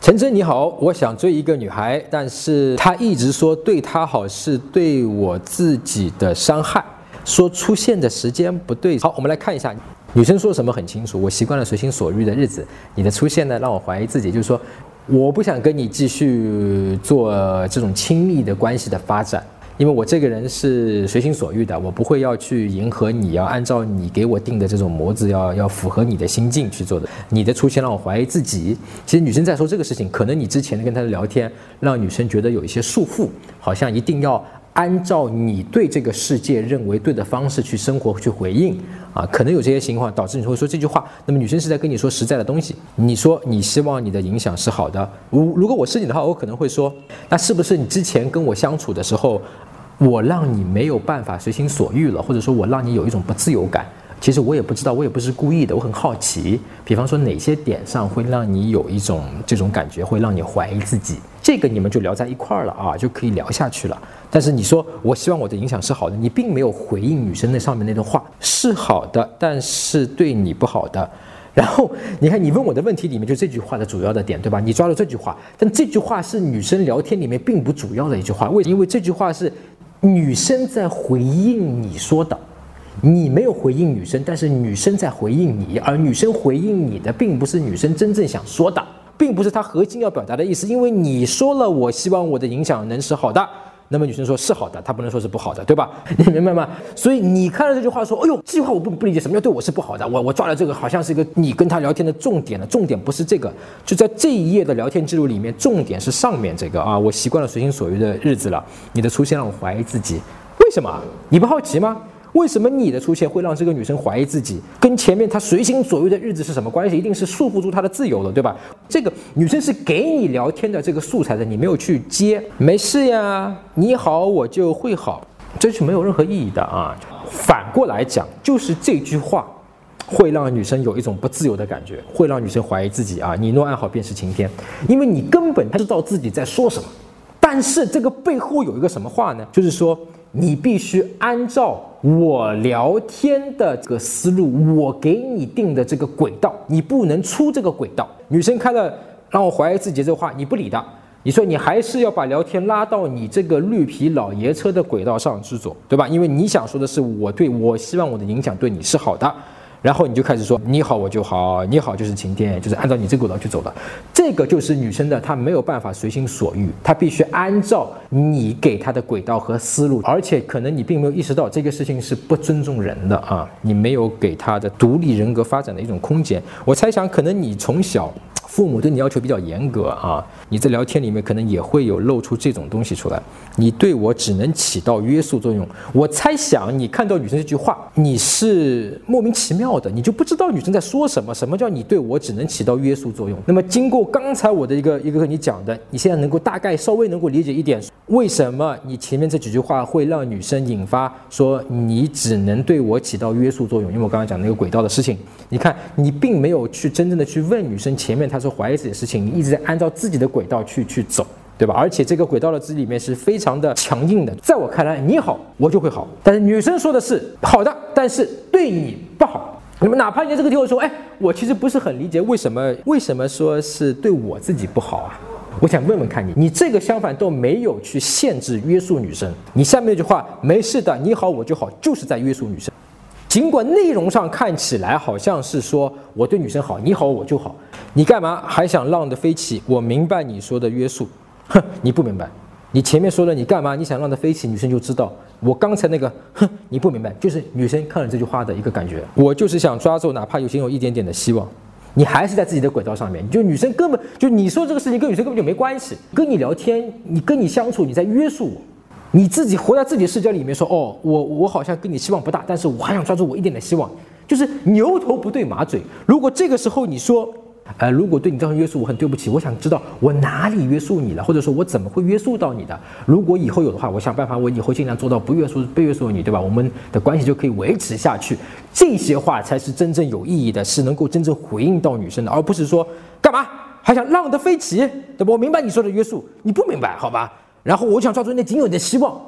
陈真你好，我想追一个女孩，但是她一直说对她好是对我自己的伤害，说出现的时间不对。好，我们来看一下，女生说什么很清楚，我习惯了随心所欲的日子，你的出现呢让我怀疑自己，就是说我不想跟你继续做这种亲密的关系的发展。因为我这个人是随心所欲的，我不会要去迎合你，要按照你给我定的这种模子，要符合你的心境去做的。你的出现让我怀疑自己。其实女生在说这个事情，可能你之前跟她的聊天，让女生觉得有一些束缚，好像一定要按照你对这个世界认为对的方式去生活去回应啊，可能有这些情况导致你会说这句话。那么女生是在跟你说实在的东西，你说你希望你的影响是好的。如果我是你的话，我可能会说，那是不是你之前跟我相处的时候，我让你没有办法随心所欲了，或者说我让你有一种不自由感？其实我也不知道，我也不是故意的，我很好奇。比方说哪些点上会让你有一种这种感觉，会让你怀疑自己，这个你们就聊在一块儿了啊，就可以聊下去了。但是你说我希望我的影响是好的，你并没有回应女生那上面那段话，是好的，但是对你不好的。然后你看，你问我的问题里面就这句话的主要的点，对吧？你抓住这句话，但这句话是女生聊天里面并不主要的一句话，因为这句话是女生在回应你说的，你没有回应女生，但是女生在回应你，而女生回应你的并不是女生真正想说的，并不是她核心要表达的意思。因为你说了我希望我的影响能是好的，那么女生说是好的，她不能说是不好的，对吧？你明白吗？所以你看了这句话说，哎呦，这句话我不理解，什么叫对我是不好的？我抓了这个好像是一个你跟他聊天的重点了，重点不是这个，就在这一页的聊天记录里面，重点是上面这个啊，我习惯了随心所欲的日子了，你的出现让我怀疑自己，为什么？你不好奇吗？为什么你的出现会让这个女生怀疑自己？跟前面她随心所欲的日子是什么关系？一定是束缚住她的自由了，对吧？这个女生是给你聊天的这个素材的，你没有去接，没事呀，你好我就会好，这是没有任何意义的啊。反过来讲，就是这句话会让女生有一种不自由的感觉，会让女生怀疑自己啊。你若安好便是晴天，因为你根本知道自己在说什么，但是这个背后有一个什么话呢？就是说你必须按照我聊天的这个思路，我给你定的这个轨道，你不能出这个轨道。女生开了让我怀疑自己这话，你不理的，你说你还是要把聊天拉到你这个绿皮老爷车的轨道上去走，对吧？因为你想说的是我希望我的影响对你是好的，然后你就开始说你好我就好，你好就是晴天，就是按照你这个轨道去走的。这个就是女生的，她没有办法随心所欲，她必须按照你给她的轨道和思路，而且可能你并没有意识到这个事情是不尊重人的啊，你没有给她的独立人格发展的一种空间。我猜想可能你从小父母对你要求比较严格啊，你在聊天里面可能也会有露出这种东西出来，你对我只能起到约束作用。我猜想你看到女生这句话，你是莫名其妙的，你就不知道女生在说什么，什么叫你对我只能起到约束作用。那么经过刚才我的一个和你讲的，你现在能够大概稍微能够理解一点，为什么你前面这几句话会让女生引发说你只能对我起到约束作用。因为我刚刚讲那个轨道的事情，你看你并没有去真正的去问女生前面她说怀疑自己的事情，你一直在按照自己的轨道去走，对吧？而且这个轨道的字里面是非常的强硬的，在我看来你好我就会好，但是女生说的是好的，但是对你不好。那么哪怕你在这个地方说，我其实不是很理解为什么说是对我自己不好啊？我想问问看你这个相反都没有去限制约束女生，你下面那句话没事的，你好我就好，就是在约束女生。尽管内容上看起来好像是说我对女生好，你好我就好，你干嘛还想浪得飞起？我明白你说的约束，你不明白。你前面说了你干嘛你想让它飞起，女生就知道我刚才那个你不明白，就是女生看了这句话的一个感觉。我就是想抓住哪怕有一点点的希望，你还是在自己的轨道上面，就女生根本就你说这个事情跟女生根本就没关系，跟你聊天你跟你相处你在约束我，你自己活在自己的视角里面说我好像跟你希望不大，但是我还想抓住我一点点希望，就是牛头不对马嘴。如果这个时候你说如果对你造成约束我很对不起，我想知道我哪里约束你了，或者说我怎么会约束到你的，如果以后有的话我想办法，我以后尽量做到不约束你，对吧？我们的关系就可以维持下去。这些话才是真正有意义的，是能够真正回应到女生的，而不是说干嘛还想浪得飞起，对吧？我明白你说的约束，你不明白好吧？然后我想抓住那仅有的希望，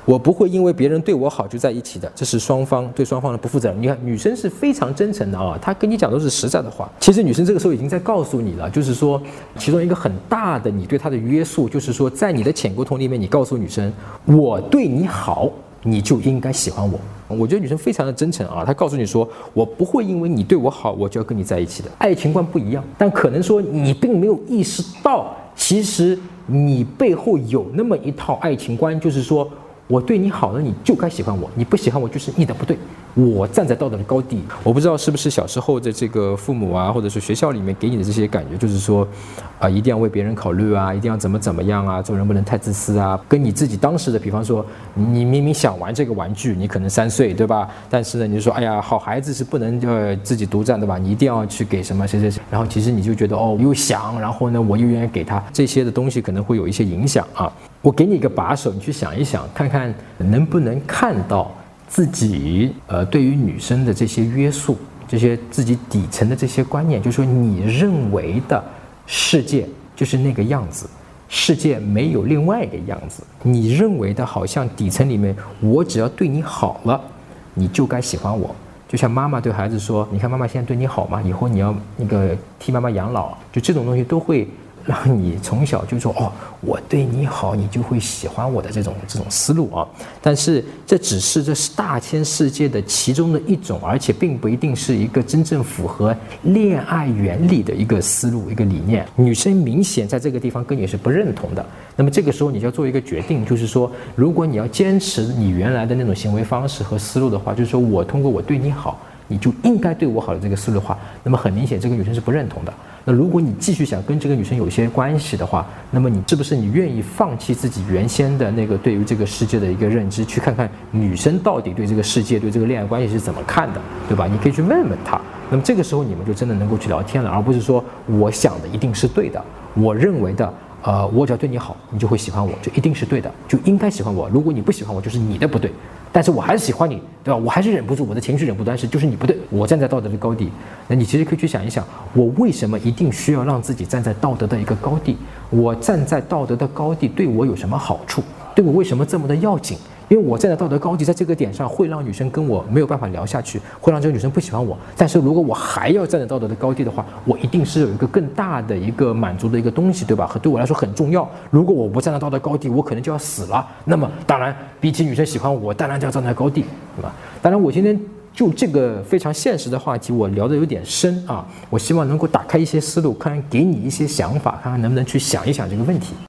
我不会因为别人对我好就在一起的，这是双方对双方的不负责任。你看，女生是非常真诚的啊，她跟你讲都是实在的话。其实女生这个时候已经在告诉你了，就是说，其中一个很大的你对她的约束，就是说，在你的潜沟通里面，你告诉女生，我对你好，你就应该喜欢我。我觉得女生非常的真诚啊，她告诉你说，我不会因为你对我好，我就要跟你在一起的。爱情观不一样，但可能说你并没有意识到，其实你背后有那么一套爱情观，就是说，我对你好了，你就该喜欢我，你不喜欢我就是你的不对。我站在道德的高地，我不知道是不是小时候的这个父母啊，或者是学校里面给你的这些感觉，就是说，一定要为别人考虑啊，一定要怎么样啊，做人不能太自私啊。跟你自己当时的，比方说，你明明想玩这个玩具，你可能3岁，对吧？但是呢，你就说，哎呀，好孩子是不能自己独占的吧？你一定要去给什么谁，然后其实你就觉得又想，然后呢，我又愿意给他这些的东西，可能会有一些影响啊。我给你一个把手，你去想一想，看看能不能看到自己对于女生的这些约束，这些自己底层的这些观念，就是说你认为的世界就是那个样子，世界没有另外一个样子。你认为的好像底层里面，我只要对你好了，你就该喜欢我。就像妈妈对孩子说，你看妈妈现在对你好吗？以后你要替妈妈养老，就这种东西都会让你从小就说我对你好，你就会喜欢我的这种思路啊。但是这是大千世界的其中的一种，而且并不一定是一个真正符合恋爱原理的一个思路一个理念。女生明显在这个地方跟你是不认同的，那么这个时候你就要做一个决定，就是说，如果你要坚持你原来的那种行为方式和思路的话，就是说我通过我对你好，你就应该对我好的这个思路的话，那么很明显这个女生是不认同的。那如果你继续想跟这个女生有一些关系的话，那么你是不是你愿意放弃自己原先的那个对于这个世界的一个认知，去看看女生到底对这个世界对这个恋爱关系是怎么看的，对吧？你可以去问问她。那么这个时候你们就真的能够去聊天了，而不是说我想的一定是对的，我认为的我只要对你好，你就会喜欢我，就一定是对的，就应该喜欢我。如果你不喜欢我，就是你的不对。但是我还是喜欢你，对吧？我还是忍不住，我的情绪忍不住，但是就是你不对，我站在道德的高地。那你其实可以去想一想，我为什么一定需要让自己站在道德的一个高地？我站在道德的高地对我有什么好处？对我为什么这么的要紧？因为我站在道德高地，在这个点上会让女生跟我没有办法聊下去，会让这个女生不喜欢我。但是如果我还要站在道德的高地的话，我一定是有一个更大的一个满足的一个东西，对吧？和对我来说很重要。如果我不站在道德高地，我可能就要死了。那么当然，比起女生喜欢我，当然就要站在高地，对吧？当然，我今天就这个非常现实的话题，我聊得有点深啊。我希望能够打开一些思路，看看给你一些想法，看看能不能去想一想这个问题。